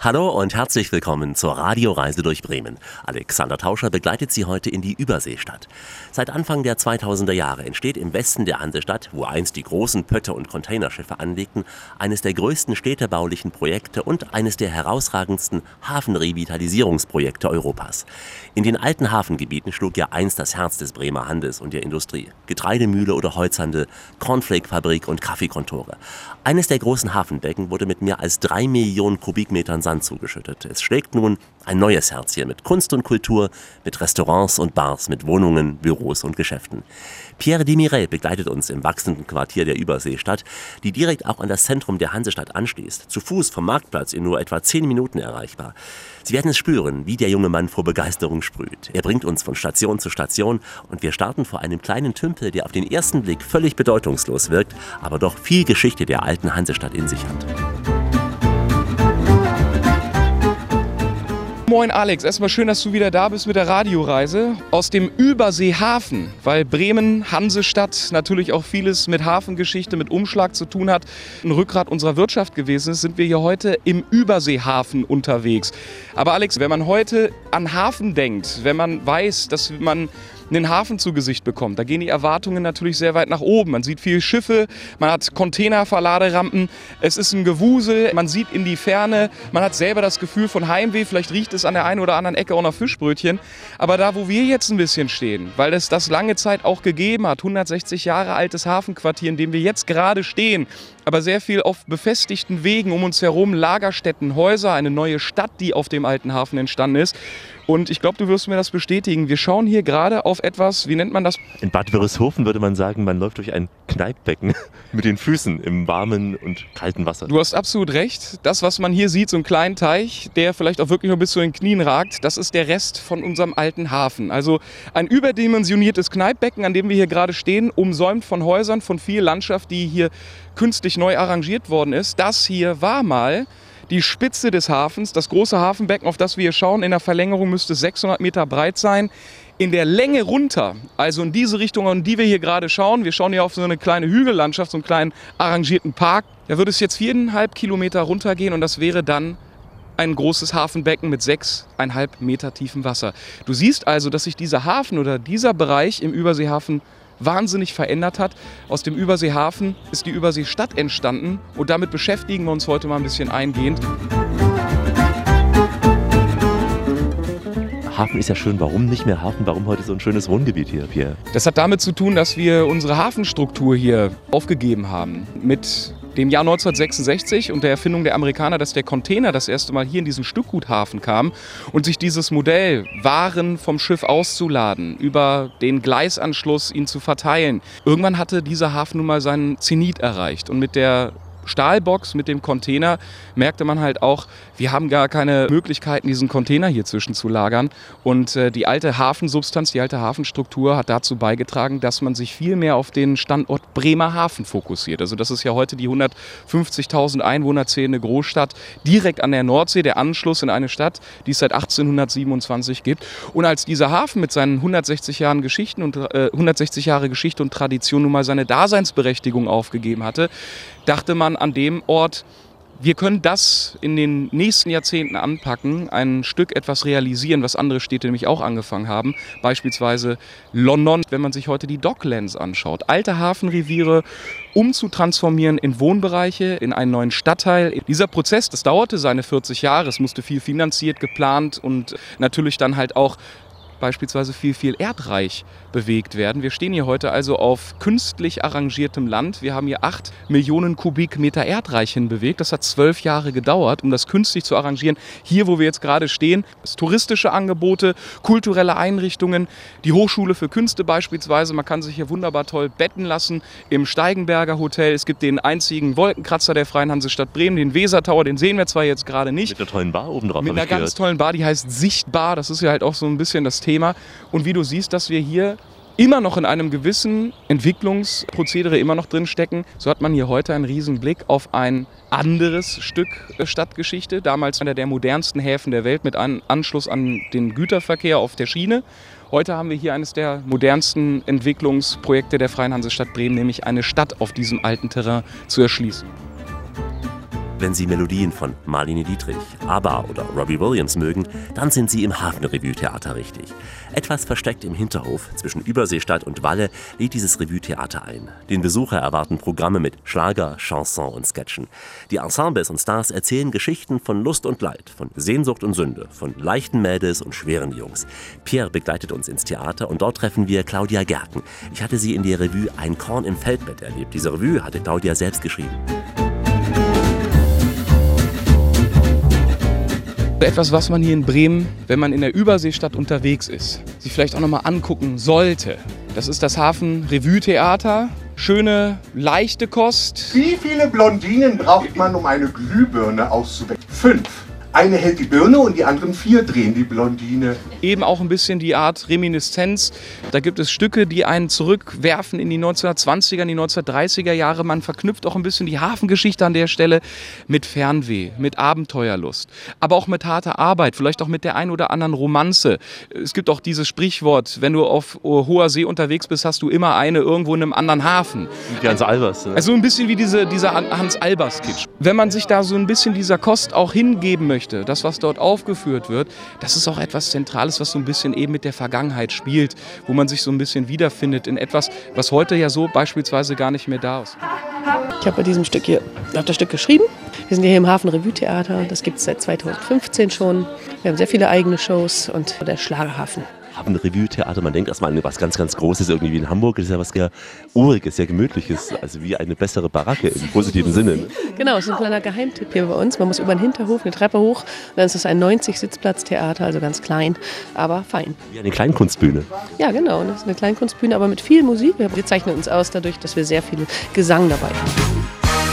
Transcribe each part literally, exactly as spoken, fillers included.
Hallo und herzlich willkommen zur Radioreise durch Bremen. Alexander Tauscher begleitet Sie heute in die Überseestadt. Seit Anfang der zweitausender Jahre entsteht im Westen der Hansestadt, wo einst die großen Pötte und Containerschiffe anlegten, eines der größten städtebaulichen Projekte und eines der herausragendsten Hafenrevitalisierungsprojekte Europas. In den alten Hafengebieten schlug ja einst das Herz des Bremer Handels und der Industrie. Getreidemühle oder Holzhandel, Cornflakefabrik und Kaffeekontore. Eines der großen Hafenbecken wurde mit mehr als drei Millionen Kubikmetern Sand zugeschüttet. Es schlägt nun ein neues Herz hier mit Kunst und Kultur, mit Restaurants und Bars, mit Wohnungen, Büros und Geschäften. Pierre Demirel begleitet uns im wachsenden Quartier der Überseestadt, die direkt auch an das Zentrum der Hansestadt anschließt. Zu Fuß vom Marktplatz in nur etwa zehn Minuten erreichbar. Sie werden es spüren, wie der junge Mann vor Begeisterung sprüht. Er bringt uns von Station zu Station und wir starten vor einem kleinen Tümpel, der auf den ersten Blick völlig bedeutungslos wirkt, aber doch viel Geschichte der alten Hansestadt in sich hat. Moin Alex, erstmal schön, dass du wieder da bist mit der Radioreise aus dem Überseehafen, weil Bremen, Hansestadt, natürlich auch vieles mit Hafengeschichte, mit Umschlag zu tun hat, ein Rückgrat unserer Wirtschaft gewesen ist, sind wir hier heute im Überseehafen unterwegs. Aber Alex, wenn man heute an Hafen denkt, wenn man weiß, dass man einen Hafen zu Gesicht bekommt, da gehen die Erwartungen natürlich sehr weit nach oben. Man sieht viele Schiffe, man hat Containerverladerampen, es ist ein Gewusel, man sieht in die Ferne, man hat selber das Gefühl von Heimweh, vielleicht riecht es an der einen oder anderen Ecke auch nach Fischbrötchen. Aber da, wo wir jetzt ein bisschen stehen, weil es das lange Zeit auch gegeben hat, hundertsechzig Jahre altes Hafenquartier, in dem wir jetzt gerade stehen, aber sehr viel auf befestigten Wegen um uns herum, Lagerstätten, Häuser, eine neue Stadt, die auf dem alten Hafen entstanden ist. Und ich glaube, du wirst mir das bestätigen. Wir schauen hier gerade auf etwas, wie nennt man das? In Bad Wörishofen würde man sagen, man läuft durch ein Kneippbecken mit den Füßen im warmen und kalten Wasser. Du hast absolut recht. Das, was man hier sieht, so einen kleinen Teich, der vielleicht auch wirklich nur bis zu den Knien ragt, das ist der Rest von unserem alten Hafen. Also ein überdimensioniertes Kneippbecken, an dem wir hier gerade stehen, umsäumt von Häusern, von viel Landschaft, die hier künstlich neu arrangiert worden ist. Das hier war mal die Spitze des Hafens, das große Hafenbecken, auf das wir hier schauen. In der Verlängerung müsste es sechshundert Meter breit sein. In der Länge runter, also in diese Richtung, in die wir hier gerade schauen, wir schauen hier auf so eine kleine Hügellandschaft, so einen kleinen arrangierten Park, da würde es jetzt viereinhalb Kilometer runtergehen und das wäre dann ein großes Hafenbecken mit sechseinhalb Meter tiefem Wasser. Du siehst also, dass sich dieser Hafen oder dieser Bereich im Überseehafen wahnsinnig verändert hat. Aus dem Überseehafen ist die Überseestadt entstanden und damit beschäftigen wir uns heute mal ein bisschen eingehend. Hafen ist ja schön, warum nicht mehr Hafen? Warum heute so ein schönes Wohngebiet hier, Pierre? Das hat damit zu tun, dass wir unsere Hafenstruktur hier aufgegeben haben. Mit dem Jahr neunzehnhundertsechsundsechzig und der Erfindung der Amerikaner, dass der Container das erste Mal hier in diesen Stückguthafen kam und sich dieses Modell, Waren vom Schiff auszuladen, über den Gleisanschluss ihn zu verteilen. Irgendwann hatte dieser Hafen nun mal seinen Zenit erreicht und mit der Stahlbox mit dem Container merkte man halt auch, wir haben gar keine Möglichkeiten, diesen Container hier zwischen zu lagern. Und äh, die alte Hafensubstanz, die alte Hafenstruktur hat dazu beigetragen, dass man sich viel mehr auf den Standort Bremerhaven fokussiert. Also das ist ja heute die hundertfünfzigtausend Einwohner zählende Großstadt, direkt an der Nordsee, der Anschluss in eine Stadt, die es seit achtzehnhundertsiebenundzwanzig gibt. Und als dieser Hafen mit seinen hundertsechzig Jahren Geschichten und äh, hundertsechzig Jahre Geschichte und Tradition nun mal seine Daseinsberechtigung aufgegeben hatte, dachte man an dem Ort, wir können das in den nächsten Jahrzehnten anpacken, ein Stück etwas realisieren, was andere Städte nämlich auch angefangen haben. Beispielsweise London, wenn man sich heute die Docklands anschaut. Alte Hafenreviere umzutransformieren in Wohnbereiche, in einen neuen Stadtteil. Dieser Prozess, das dauerte seine vierzig Jahre. Es musste viel finanziert, geplant und natürlich dann halt auch beispielsweise viel, viel erdreich bewegt werden. Wir stehen hier heute also auf künstlich arrangiertem Land. Wir haben hier acht Millionen Kubikmeter Erdreich hinbewegt. Das hat zwölf Jahre gedauert, um das künstlich zu arrangieren. Hier, wo wir jetzt gerade stehen, ist touristische Angebote, kulturelle Einrichtungen, die Hochschule für Künste beispielsweise. Man kann sich hier wunderbar toll betten lassen im Steigenberger Hotel. Es gibt den einzigen Wolkenkratzer der Freien Hansestadt Bremen, den Wesertower, den sehen wir zwar jetzt gerade nicht. Mit einer tollen Bar oben drauf. Mit einer ganz tollen Bar, die heißt Sichtbar. Das ist ja halt auch so ein bisschen das Thema. Und wie du siehst, dass wir hier immer noch in einem gewissen Entwicklungsprozedere immer noch drin stecken, so hat man hier heute einen riesen Blick auf ein anderes Stück Stadtgeschichte. Damals einer der modernsten Häfen der Welt mit einem Anschluss an den Güterverkehr auf der Schiene. Heute haben wir hier eines der modernsten Entwicklungsprojekte der Freien Hansestadt Bremen, nämlich eine Stadt auf diesem alten Terrain zu erschließen. Wenn Sie Melodien von Marlene Dietrich, ABBA oder Robbie Williams mögen, dann sind Sie im Hafenrevue-Theater richtig. Etwas versteckt im Hinterhof zwischen Überseestadt und Walle lädt dieses Revue-Theater ein. Den Besucher erwarten Programme mit Schlager, Chanson und Sketchen. Die Ensembles und Stars erzählen Geschichten von Lust und Leid, von Sehnsucht und Sünde, von leichten Mädels und schweren Jungs. Pierre begleitet uns ins Theater und dort treffen wir Claudia Gerken. Ich hatte sie in der Revue Ein Korn im Feldbett erlebt. Diese Revue hatte Claudia selbst geschrieben. Etwas, was man hier in Bremen, wenn man in der Überseestadt unterwegs ist, sich vielleicht auch nochmal angucken sollte. Das ist das Hafen-Revue-Theater. Schöne, leichte Kost. Wie viele Blondinen braucht man, um eine Glühbirne auszuwechseln? Fünf. Eine hält die Birne und die anderen vier drehen die Blondine. Eben auch ein bisschen die Art Reminiszenz. Da gibt es Stücke, die einen zurückwerfen in die neunzehnhundertzwanziger, in die neunzehnhundertdreißiger Jahre. Man verknüpft auch ein bisschen die Hafengeschichte an der Stelle mit Fernweh, mit Abenteuerlust. Aber auch mit harter Arbeit, vielleicht auch mit der ein oder anderen Romanze. Es gibt auch dieses Sprichwort, wenn du auf hoher See unterwegs bist, hast du immer eine irgendwo in einem anderen Hafen. Wie Hans Albers. Ne? Also ein bisschen wie diese, dieser Hans-Albers-Kitsch. Wenn man sich da so ein bisschen dieser Kost auch hingeben möchte, das, was dort aufgeführt wird, das ist auch etwas Zentrales, was so ein bisschen eben mit der Vergangenheit spielt, wo man sich so ein bisschen wiederfindet in etwas, was heute ja so beispielsweise gar nicht mehr da ist. Ich habe bei diesem Stück hier auch das Stück geschrieben. Wir sind hier im Hafen-Revue-Theater, das gibt es seit zweitausendfünfzehn schon. Wir haben sehr viele eigene Shows und der Schlagerhafen. Hafenrevue-Theater, man denkt erstmal an was ganz, ganz Großes irgendwie wie in Hamburg. Das ist ja was sehr Uriges, sehr Gemütliches, also wie eine bessere Baracke im positiven Sinne. Ne? Genau, es ist ein kleiner Geheimtipp hier bei uns. Man muss über den Hinterhof eine Treppe hoch, dann ist es ein neunzig-Sitzplatz-Theater, also ganz klein, aber fein. Wie eine Kleinkunstbühne. Ja, genau, das ist eine Kleinkunstbühne, aber mit viel Musik. Wir zeichnen uns aus dadurch, dass wir sehr viel Gesang dabei haben.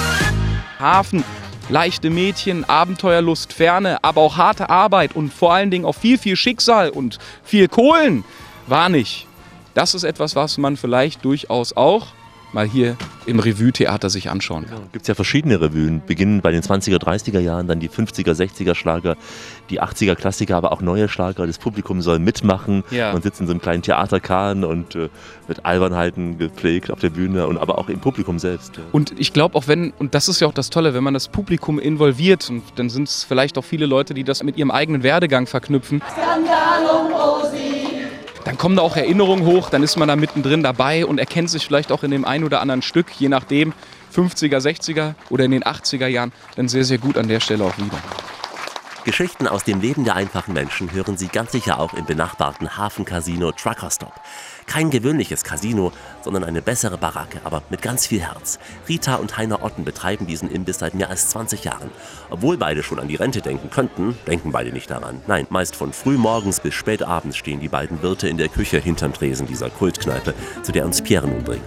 Hafen. Leichte Mädchen, Abenteuerlust, Ferne, aber auch harte Arbeit und vor allen Dingen auch viel, viel Schicksal und viel Kohlen war nicht. Das ist etwas, was man vielleicht durchaus auch mal hier im Revue-Theater sich anschauen kann. Es gibt ja verschiedene Revuen, beginnen bei den zwanziger, dreißiger Jahren, dann die fünfziger, sechziger Schlager, die achtziger Klassiker, aber auch neue Schlager. Das Publikum soll mitmachen. Ja. Man sitzt in so einem kleinen Theaterkahn und äh, wird Albernheiten gepflegt auf der Bühne und aber auch im Publikum selbst. Ja. Und ich glaube auch, wenn, und das ist ja auch das Tolle, wenn man das Publikum involviert, und dann sind es vielleicht auch viele Leute, die das mit ihrem eigenen Werdegang verknüpfen. Dann kommen da auch Erinnerungen hoch, dann ist man da mittendrin dabei und erkennt sich vielleicht auch in dem einen oder anderen Stück, je nachdem, fünfziger, sechziger oder in den achtziger Jahren, dann sehr, sehr gut an der Stelle auch wieder. Geschichten aus dem Leben der einfachen Menschen hören Sie ganz sicher auch im benachbarten Hafencasino Trucker Stop. Kein gewöhnliches Casino, sondern eine bessere Baracke, aber mit ganz viel Herz. Rita und Heiner Otten betreiben diesen Imbiss seit mehr als zwanzig Jahren. Obwohl beide schon an die Rente denken könnten, denken beide nicht daran. Nein, meist von frühmorgens bis spät abends stehen die beiden Wirte in der Küche hinterm Tresen dieser Kultkneipe, zu der uns Pierre nun bringt.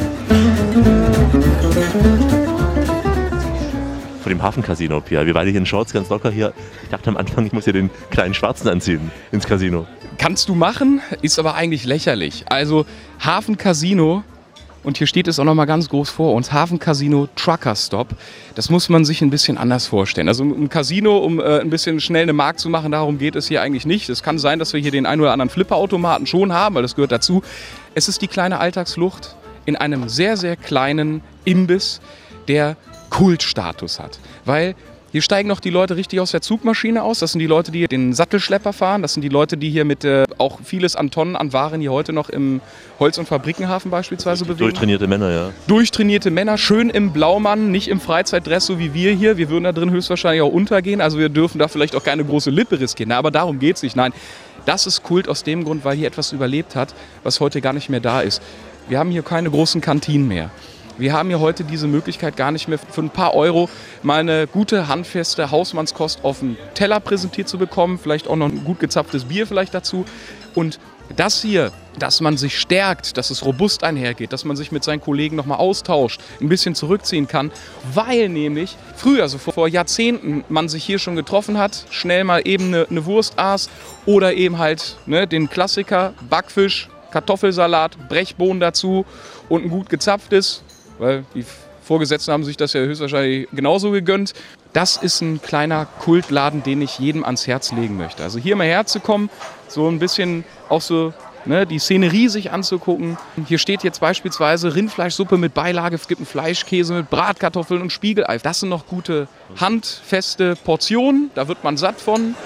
Vor dem Hafencasino, Pierre. Wir beide hier in Shorts, ganz locker hier. Ich dachte am Anfang, ich muss hier den kleinen Schwarzen anziehen ins Casino. Kannst du machen, ist aber eigentlich lächerlich. Also Hafencasino, und hier steht es auch noch mal ganz groß vor uns, Hafencasino Trucker Stop. Das muss man sich ein bisschen anders vorstellen. Also ein Casino, um äh, ein bisschen schnell eine Mark zu machen, darum geht es hier eigentlich nicht. Es kann sein, dass wir hier den einen oder anderen Flipperautomaten schon haben, weil das gehört dazu. Es ist die kleine Alltagsflucht in einem sehr, sehr kleinen Imbiss, der Kultstatus hat. Weil hier steigen noch die Leute richtig aus der Zugmaschine aus. Das sind die Leute, die den Sattelschlepper fahren. Das sind die Leute, die hier mit äh, auch vieles an Tonnen an Waren hier heute noch im Holz- und Fabrikenhafen beispielsweise bewegen. Durchtrainierte Männer, ja. Durchtrainierte Männer, schön im Blaumann, nicht im Freizeitdress, so wie wir hier. Wir würden da drin höchstwahrscheinlich auch untergehen. Also wir dürfen da vielleicht auch keine große Lippe riskieren. Aber darum geht es nicht. Nein, das ist Kult aus dem Grund, weil hier etwas überlebt hat, was heute gar nicht mehr da ist. Wir haben hier keine großen Kantinen mehr. Wir haben hier heute diese Möglichkeit gar nicht mehr für ein paar Euro mal eine gute, handfeste Hausmannskost auf den Teller präsentiert zu bekommen. Vielleicht auch noch ein gut gezapftes Bier vielleicht dazu. Und das hier, dass man sich stärkt, dass es robust einhergeht, dass man sich mit seinen Kollegen nochmal austauscht, ein bisschen zurückziehen kann, weil nämlich früher, so vor Jahrzehnten, man sich hier schon getroffen hat, schnell mal eben eine, eine Wurst aß oder eben halt ne, den Klassiker, Backfisch, Kartoffelsalat, Brechbohnen dazu und ein gut gezapftes, weil die Vorgesetzten haben sich das ja höchstwahrscheinlich genauso gegönnt. Das ist ein kleiner Kultladen, den ich jedem ans Herz legen möchte. Also hier mal herzukommen, so ein bisschen auch so ne, die Szenerie sich anzugucken. Hier steht jetzt beispielsweise Rindfleischsuppe mit Beilage, es gibt einen Fleischkäse mit Bratkartoffeln und Spiegelei. Das sind noch gute, handfeste Portionen, da wird man satt von.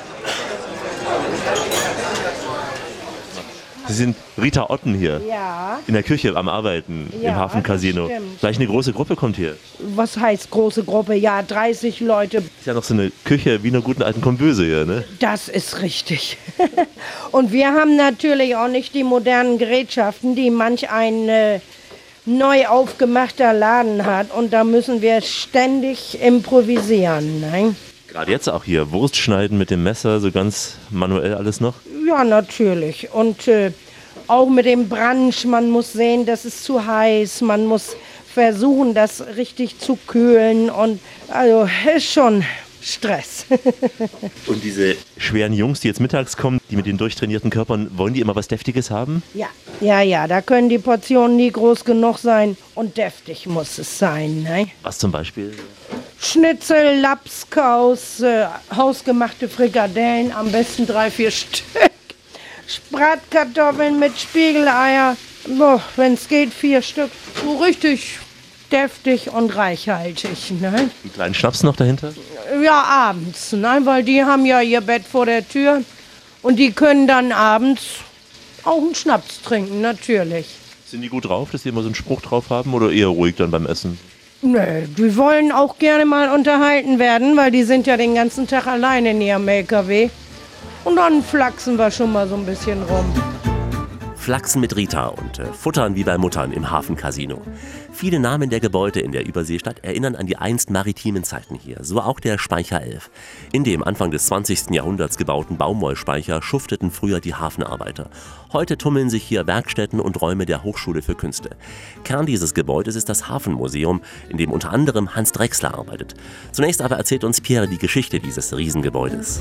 Sie sind Rita Otten hier, Ja. in der Küche am Arbeiten, Ja, im Hafencasino. das stimmt. Gleich eine große Gruppe kommt hier. Was heißt große Gruppe? Ja, dreißig Leute. Ist ja noch so eine Küche wie in einer guten alten Kombüse hier, ne? Das ist richtig. Und wir haben natürlich auch nicht die modernen Gerätschaften, die manch ein äh, neu aufgemachter Laden hat. Und da müssen wir ständig improvisieren. Ne? Gerade jetzt auch hier, Wurst schneiden mit dem Messer, so ganz manuell alles noch. Ja, natürlich. Und äh, auch mit dem Branch, man muss sehen, das ist zu heiß. Man muss versuchen, das richtig zu kühlen. Und also ist schon Stress. Und diese schweren Jungs, die jetzt mittags kommen, die mit den durchtrainierten Körpern, wollen die immer was Deftiges haben? Ja, ja, ja, da können die Portionen nie groß genug sein. Und deftig muss es sein. Ne? Was zum Beispiel? Schnitzel, Lapskaus, äh, hausgemachte Frikadellen, am besten drei, vier Stück. Bratkartoffeln mit Spiegeleier, wenn es geht, vier Stück. So richtig deftig und reichhaltig. Ne? Einen kleinen Schnaps noch dahinter? Ja, abends, ne? Weil die haben ja ihr Bett vor der Tür und die können dann abends auch einen Schnaps trinken, natürlich. Sind die gut drauf, dass die immer so einen Spruch drauf haben oder eher ruhig dann beim Essen? Nee, die wollen auch gerne mal unterhalten werden, weil die sind ja den ganzen Tag allein in ihrem L K W. Und dann flachsen wir schon mal so ein bisschen rum. Flachsen mit Rita und äh, Futtern wie bei Muttern im Hafencasino. Viele Namen der Gebäude in der Überseestadt erinnern an die einst maritimen Zeiten hier, so auch der Speicher elf. In dem Anfang des zwanzigsten Jahrhunderts gebauten Baumwollspeicher schufteten früher die Hafenarbeiter. Heute tummeln sich hier Werkstätten und Räume der Hochschule für Künste. Kern dieses Gebäudes ist das Hafenmuseum, in dem unter anderem Hans Drechsler arbeitet. Zunächst aber erzählt uns Pierre die Geschichte dieses Riesengebäudes.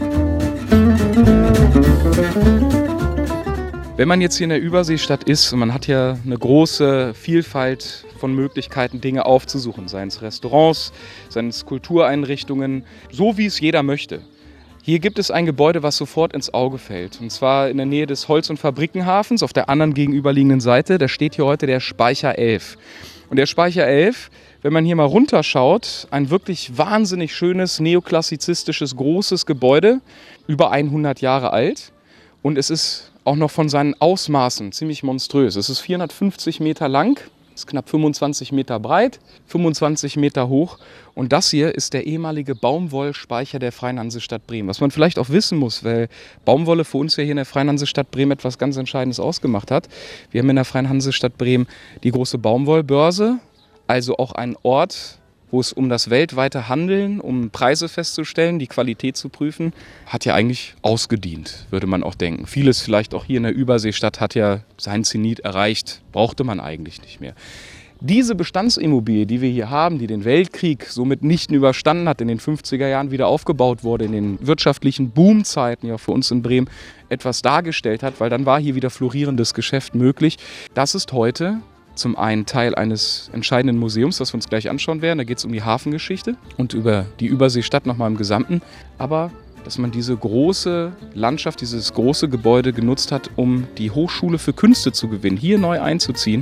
Wenn man jetzt hier in der Überseestadt ist und man hat ja eine große Vielfalt von Möglichkeiten, Dinge aufzusuchen, seien es Restaurants, seien es Kultureinrichtungen, so wie es jeder möchte. Hier gibt es ein Gebäude, was sofort ins Auge fällt, und zwar in der Nähe des Holz- und Fabrikenhafens, auf der anderen gegenüberliegenden Seite. Da steht hier heute der Speicher elf. Und der Speicher elf, wenn man hier mal runterschaut, ein wirklich wahnsinnig schönes, neoklassizistisches, großes Gebäude, über hundert Jahre alt. Und es ist auch noch von seinen Ausmaßen ziemlich monströs. Es ist vierhundertfünfzig Meter lang, ist knapp fünfundzwanzig Meter breit, fünfundzwanzig Meter hoch. Und das hier ist der ehemalige Baumwollspeicher der Freien Hansestadt Bremen. Was man vielleicht auch wissen muss, weil Baumwolle für uns ja hier in der Freien Hansestadt Bremen etwas ganz Entscheidendes ausgemacht hat. Wir haben in der Freien Hansestadt Bremen die große Baumwollbörse, also auch ein Ort, wo es um das weltweite Handeln, um Preise festzustellen, die Qualität zu prüfen, hat ja eigentlich ausgedient, würde man auch denken. Vieles vielleicht auch hier in der Überseestadt hat ja seinen Zenit erreicht, brauchte man eigentlich nicht mehr. Diese Bestandsimmobilie, die wir hier haben, die den Weltkrieg so mitnichten überstanden hat, in den fünfziger Jahren wieder aufgebaut wurde, in den wirtschaftlichen Boomzeiten ja für uns in Bremen etwas dargestellt hat, weil dann war hier wieder florierendes Geschäft möglich. Das ist heute zum einen Teil eines entscheidenden Museums, das wir uns gleich anschauen werden. Da geht es um die Hafengeschichte und über die Überseestadt nochmal im Gesamten. Aber dass man diese große Landschaft, dieses große Gebäude genutzt hat, um die Hochschule für Künste zu gewinnen, hier neu einzuziehen.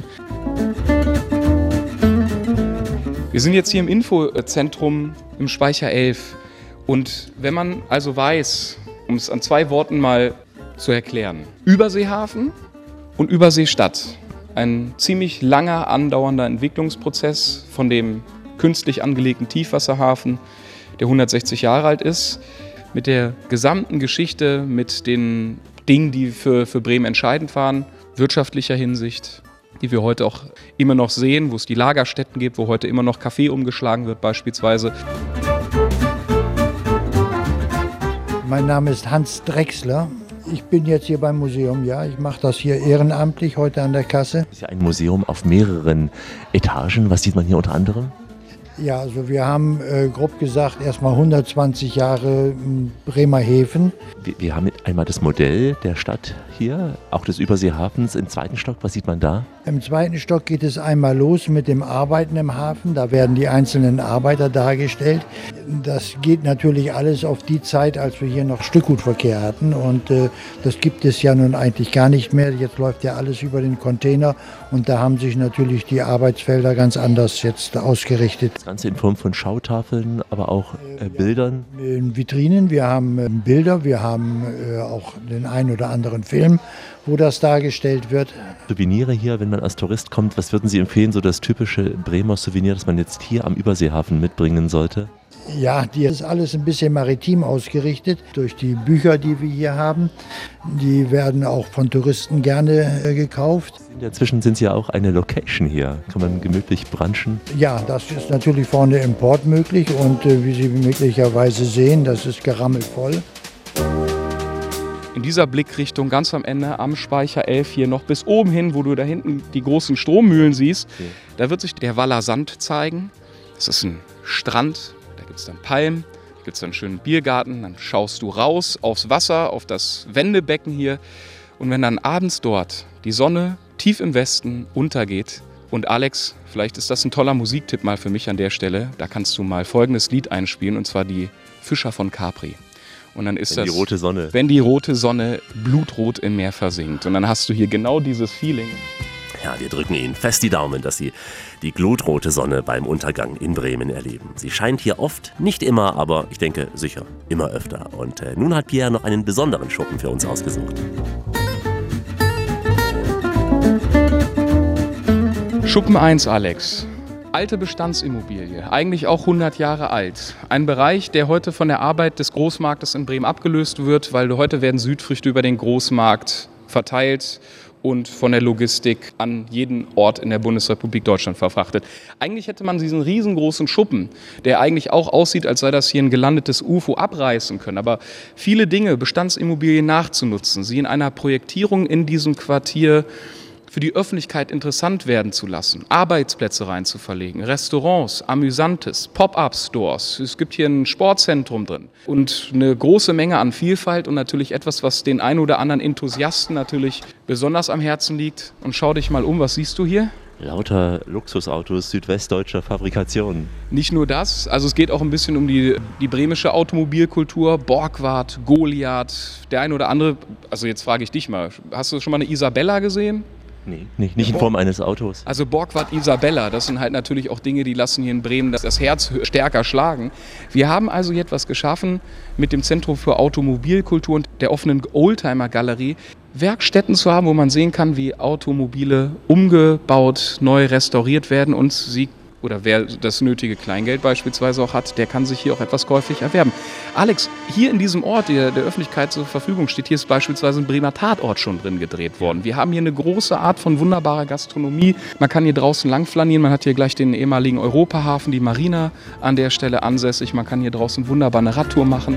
Wir sind jetzt hier im Infozentrum im Speicher elf. Und wenn man also weiß, um es an zwei Worten mal zu erklären, Überseehafen und Überseestadt. Ein ziemlich langer, andauernder Entwicklungsprozess von dem künstlich angelegten Tiefwasserhafen, der hundertsechzig Jahre alt ist, mit der gesamten Geschichte, mit den Dingen, die für, für Bremen entscheidend waren, wirtschaftlicher Hinsicht, die wir heute auch immer noch sehen, wo es die Lagerstätten gibt, wo heute immer noch Kaffee umgeschlagen wird beispielsweise. Mein Name ist Hans Drechsler. Ich bin jetzt hier beim Museum, ja. Ich mache das hier ehrenamtlich heute an der Kasse. Das ist ja ein Museum auf mehreren Etagen. Was sieht man hier unter anderem? Ja, also wir haben äh, grob gesagt erstmal hundertzwanzig Jahre m, Bremerhaven. Wir, wir haben einmal das Modell der Stadt hier, auch des Überseehafens im zweiten Stock. Was sieht man da? Im zweiten Stock geht es einmal los mit dem Arbeiten im Hafen. Da werden die einzelnen Arbeiter dargestellt. Das geht natürlich alles auf die Zeit, als wir hier noch Stückgutverkehr hatten. Und äh, das gibt es ja nun eigentlich gar nicht mehr. Jetzt läuft ja alles über den Container. Und da haben sich natürlich die Arbeitsfelder ganz anders jetzt ausgerichtet. Das Ganze in Form von Schautafeln, aber auch äh, Bildern. In Vitrinen, wir haben äh, Bilder, wir haben äh, auch den einen oder anderen Film, wo das dargestellt wird. Souvenire hier, wenn man als Tourist kommt, was würden Sie empfehlen, so das typische Bremer Souvenir, das man jetzt hier am Überseehafen mitbringen sollte? Ja, die ist alles ein bisschen maritim ausgerichtet durch die Bücher, die wir hier haben. Die werden auch von Touristen gerne äh, gekauft. Inzwischen sind Sie ja auch eine Location hier. Kann man gemütlich branchen? Ja, das ist natürlich vorne Import möglich und äh, wie Sie möglicherweise sehen, das ist gerammelt voll. In dieser Blickrichtung ganz am Ende am Speicher elf hier noch bis oben hin, wo du da hinten die großen Strommühlen siehst, okay. Da wird sich der Waller Sand zeigen. Das ist ein Strand, da gibt es dann Palmen, da gibt es dann einen schönen Biergarten, dann schaust du raus aufs Wasser, auf das Wendebecken hier und wenn dann abends dort die Sonne tief im Westen untergeht und Alex, vielleicht ist das ein toller Musiktipp mal für mich an der Stelle, da kannst du mal folgendes Lied einspielen und zwar die Fischer von Capri. Und dann ist wenn das, die rote Sonne. Wenn die rote Sonne blutrot im Meer versinkt. Und dann hast du hier genau dieses Feeling. Ja, wir drücken Ihnen fest die Daumen, dass Sie die glutrote Sonne beim Untergang in Bremen erleben. Sie scheint hier oft, nicht immer, aber ich denke sicher immer öfter. Und äh, nun hat Pierre noch einen besonderen Schuppen für uns ausgesucht. Schuppen eins, Alex. Alte Bestandsimmobilie, eigentlich auch hundert Jahre alt. Ein Bereich, der heute von der Arbeit des Großmarktes in Bremen abgelöst wird, weil heute werden Südfrüchte über den Großmarkt verteilt und von der Logistik an jeden Ort in der Bundesrepublik Deutschland verfrachtet. Eigentlich hätte man diesen riesengroßen Schuppen, der eigentlich auch aussieht, als sei das hier ein gelandetes U F O, abreißen können. Aber viele Dinge, Bestandsimmobilien nachzunutzen, sie in einer Projektierung in diesem Quartier für die Öffentlichkeit interessant werden zu lassen, Arbeitsplätze reinzuverlegen, Restaurants, Amüsantes, Pop-up-Stores. Es gibt hier ein Sportzentrum drin und eine große Menge an Vielfalt und natürlich etwas, was den ein oder anderen Enthusiasten natürlich besonders am Herzen liegt. Und schau dich mal um, was siehst du hier? Lauter Luxusautos südwestdeutscher Fabrikation. Nicht nur das, also es geht auch ein bisschen um die, die bremische Automobilkultur, Borgward, Goliath, der ein oder andere, also jetzt frage ich dich mal, hast du schon mal eine Isabella gesehen? Nee, nicht, nicht in Form eines Autos. Also Borgward, Isabella, das sind halt natürlich auch Dinge, die lassen hier in Bremen das Herz stärker schlagen. Wir haben also hier etwas geschaffen mit dem Zentrum für Automobilkultur und der offenen Oldtimer-Galerie, Werkstätten zu haben, wo man sehen kann, wie Automobile umgebaut, neu restauriert werden und sie oder wer das nötige Kleingeld beispielsweise auch hat, der kann sich hier auch etwas käuflich erwerben. Alex, hier in diesem Ort, der der Öffentlichkeit zur Verfügung steht, hier ist beispielsweise ein Bremer Tatort schon drin gedreht worden. Wir haben hier eine große Art von wunderbarer Gastronomie. Man kann hier draußen langflanieren, man hat hier gleich den ehemaligen Europahafen, die Marina an der Stelle ansässig. Man kann hier draußen wunderbar eine Radtour machen.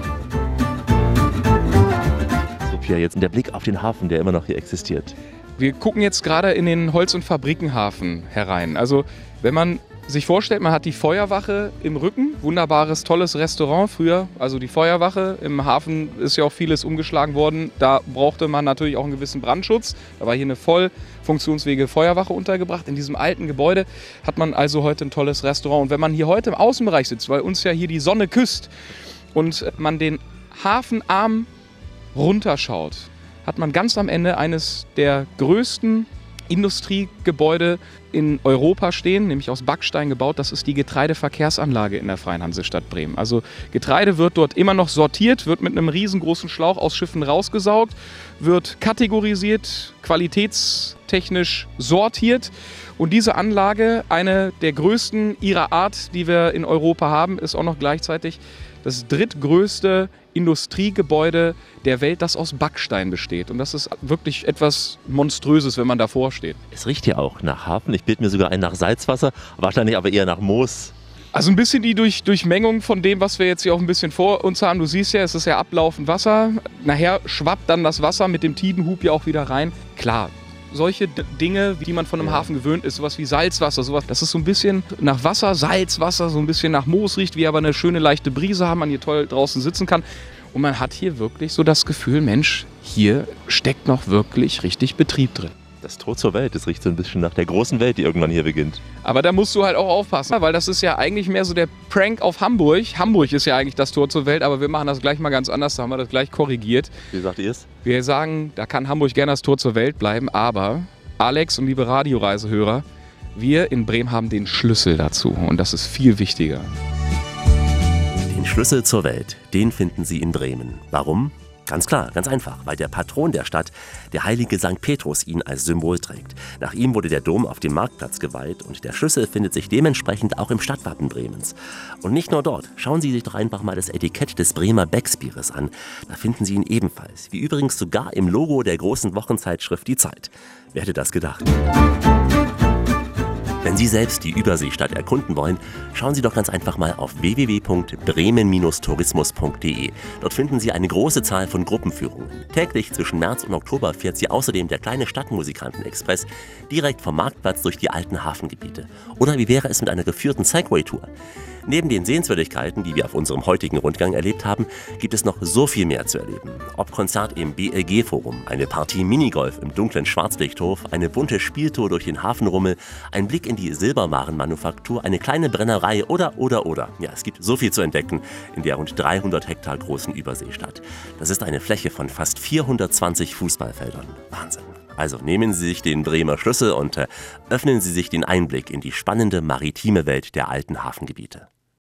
So, Pierre, jetzt der Blick auf den Hafen, der immer noch hier existiert. Wir gucken jetzt gerade in den Holz- und Fabrikenhafen herein. Also wenn man sich vorstellt, man hat die Feuerwache im Rücken, wunderbares, tolles Restaurant früher, also die Feuerwache. Im Hafen ist ja auch vieles umgeschlagen worden, da brauchte man natürlich auch einen gewissen Brandschutz. Da war hier eine voll funktionsfähige Feuerwache untergebracht. In diesem alten Gebäude hat man also heute ein tolles Restaurant. Und wenn man hier heute im Außenbereich sitzt, weil uns ja hier die Sonne küsst und man den Hafenarm runterschaut, hat man ganz am Ende eines der größten Industriegebäude in Europa stehen, nämlich aus Backstein gebaut. Das ist die Getreideverkehrsanlage in der Freien Hansestadt Bremen. Also Getreide wird dort immer noch sortiert, wird mit einem riesengroßen Schlauch aus Schiffen rausgesaugt, wird kategorisiert, qualitätstechnisch sortiert. Und diese Anlage, eine der größten ihrer Art, die wir in Europa haben, ist auch noch gleichzeitig das drittgrößte Industriegebäude der Welt, das aus Backstein besteht. Und das ist wirklich etwas Monströses, wenn man davor steht. Es riecht ja auch nach Hafen. Ich bilde mir sogar ein nach Salzwasser, wahrscheinlich aber eher nach Moos. Also ein bisschen die Durch, Durchmengung von dem, was wir jetzt hier auch ein bisschen vor uns haben. Du siehst ja, es ist ja ablaufend Wasser. Nachher schwappt dann das Wasser mit dem Tidenhub ja auch wieder rein. Klar, solche D- Dinge, die man von einem Hafen gewöhnt ist, sowas wie Salzwasser, sowas, das ist so ein bisschen nach Wasser, Salzwasser, so ein bisschen nach Moos riecht, wie aber eine schöne leichte Brise haben, man hier toll draußen sitzen kann. Und man hat hier wirklich so das Gefühl, Mensch, hier steckt noch wirklich richtig Betrieb drin. Das Tor zur Welt, das riecht so ein bisschen nach der großen Welt, die irgendwann hier beginnt. Aber da musst du halt auch aufpassen, weil das ist ja eigentlich mehr so der Prank auf Hamburg. Hamburg ist ja eigentlich das Tor zur Welt, aber wir machen das gleich mal ganz anders, da haben wir das gleich korrigiert. Wie sagt ihr es? Wir sagen, da kann Hamburg gerne das Tor zur Welt bleiben, aber Alex und liebe Radioreisehörer, wir in Bremen haben den Schlüssel dazu und das ist viel wichtiger. Den Schlüssel zur Welt, den finden Sie in Bremen. Warum? Ganz klar, ganz einfach, weil der Patron der Stadt, der heilige Sankt Petrus, ihn als Symbol trägt. Nach ihm wurde der Dom auf dem Marktplatz geweiht und der Schlüssel findet sich dementsprechend auch im Stadtwappen Bremens. Und nicht nur dort, schauen Sie sich doch einfach mal das Etikett des Bremer Becksbieres an. Da finden Sie ihn ebenfalls, wie übrigens sogar im Logo der großen Wochenzeitschrift Die Zeit. Wer hätte das gedacht? Wenn Sie selbst die Überseestadt erkunden wollen, schauen Sie doch ganz einfach mal auf w w w punkt bremen Bindestrich tourismus punkt d e. Dort finden Sie eine große Zahl von Gruppenführungen. Täglich zwischen März und Oktober fährt Sie außerdem der kleine Stadtmusikanten-Express direkt vom Marktplatz durch die alten Hafengebiete. Oder wie wäre es mit einer geführten Segway-Tour? Neben den Sehenswürdigkeiten, die wir auf unserem heutigen Rundgang erlebt haben, gibt es noch so viel mehr zu erleben. Ob Konzert im B L G-Forum, eine Partie Minigolf im dunklen Schwarzlichthof, eine bunte Spieltour durch den Hafenrummel, ein Blick in die Silberwarenmanufaktur, eine kleine Brennerei oder, oder, oder. Ja, es gibt so viel zu entdecken in der rund dreihundert Hektar großen Überseestadt. Das ist eine Fläche von fast vierhundertzwanzig Fußballfeldern. Wahnsinn. Also nehmen Sie sich den Bremer Schlüssel und äh, öffnen Sie sich den Einblick in die spannende maritime Welt der alten Hafengebiete.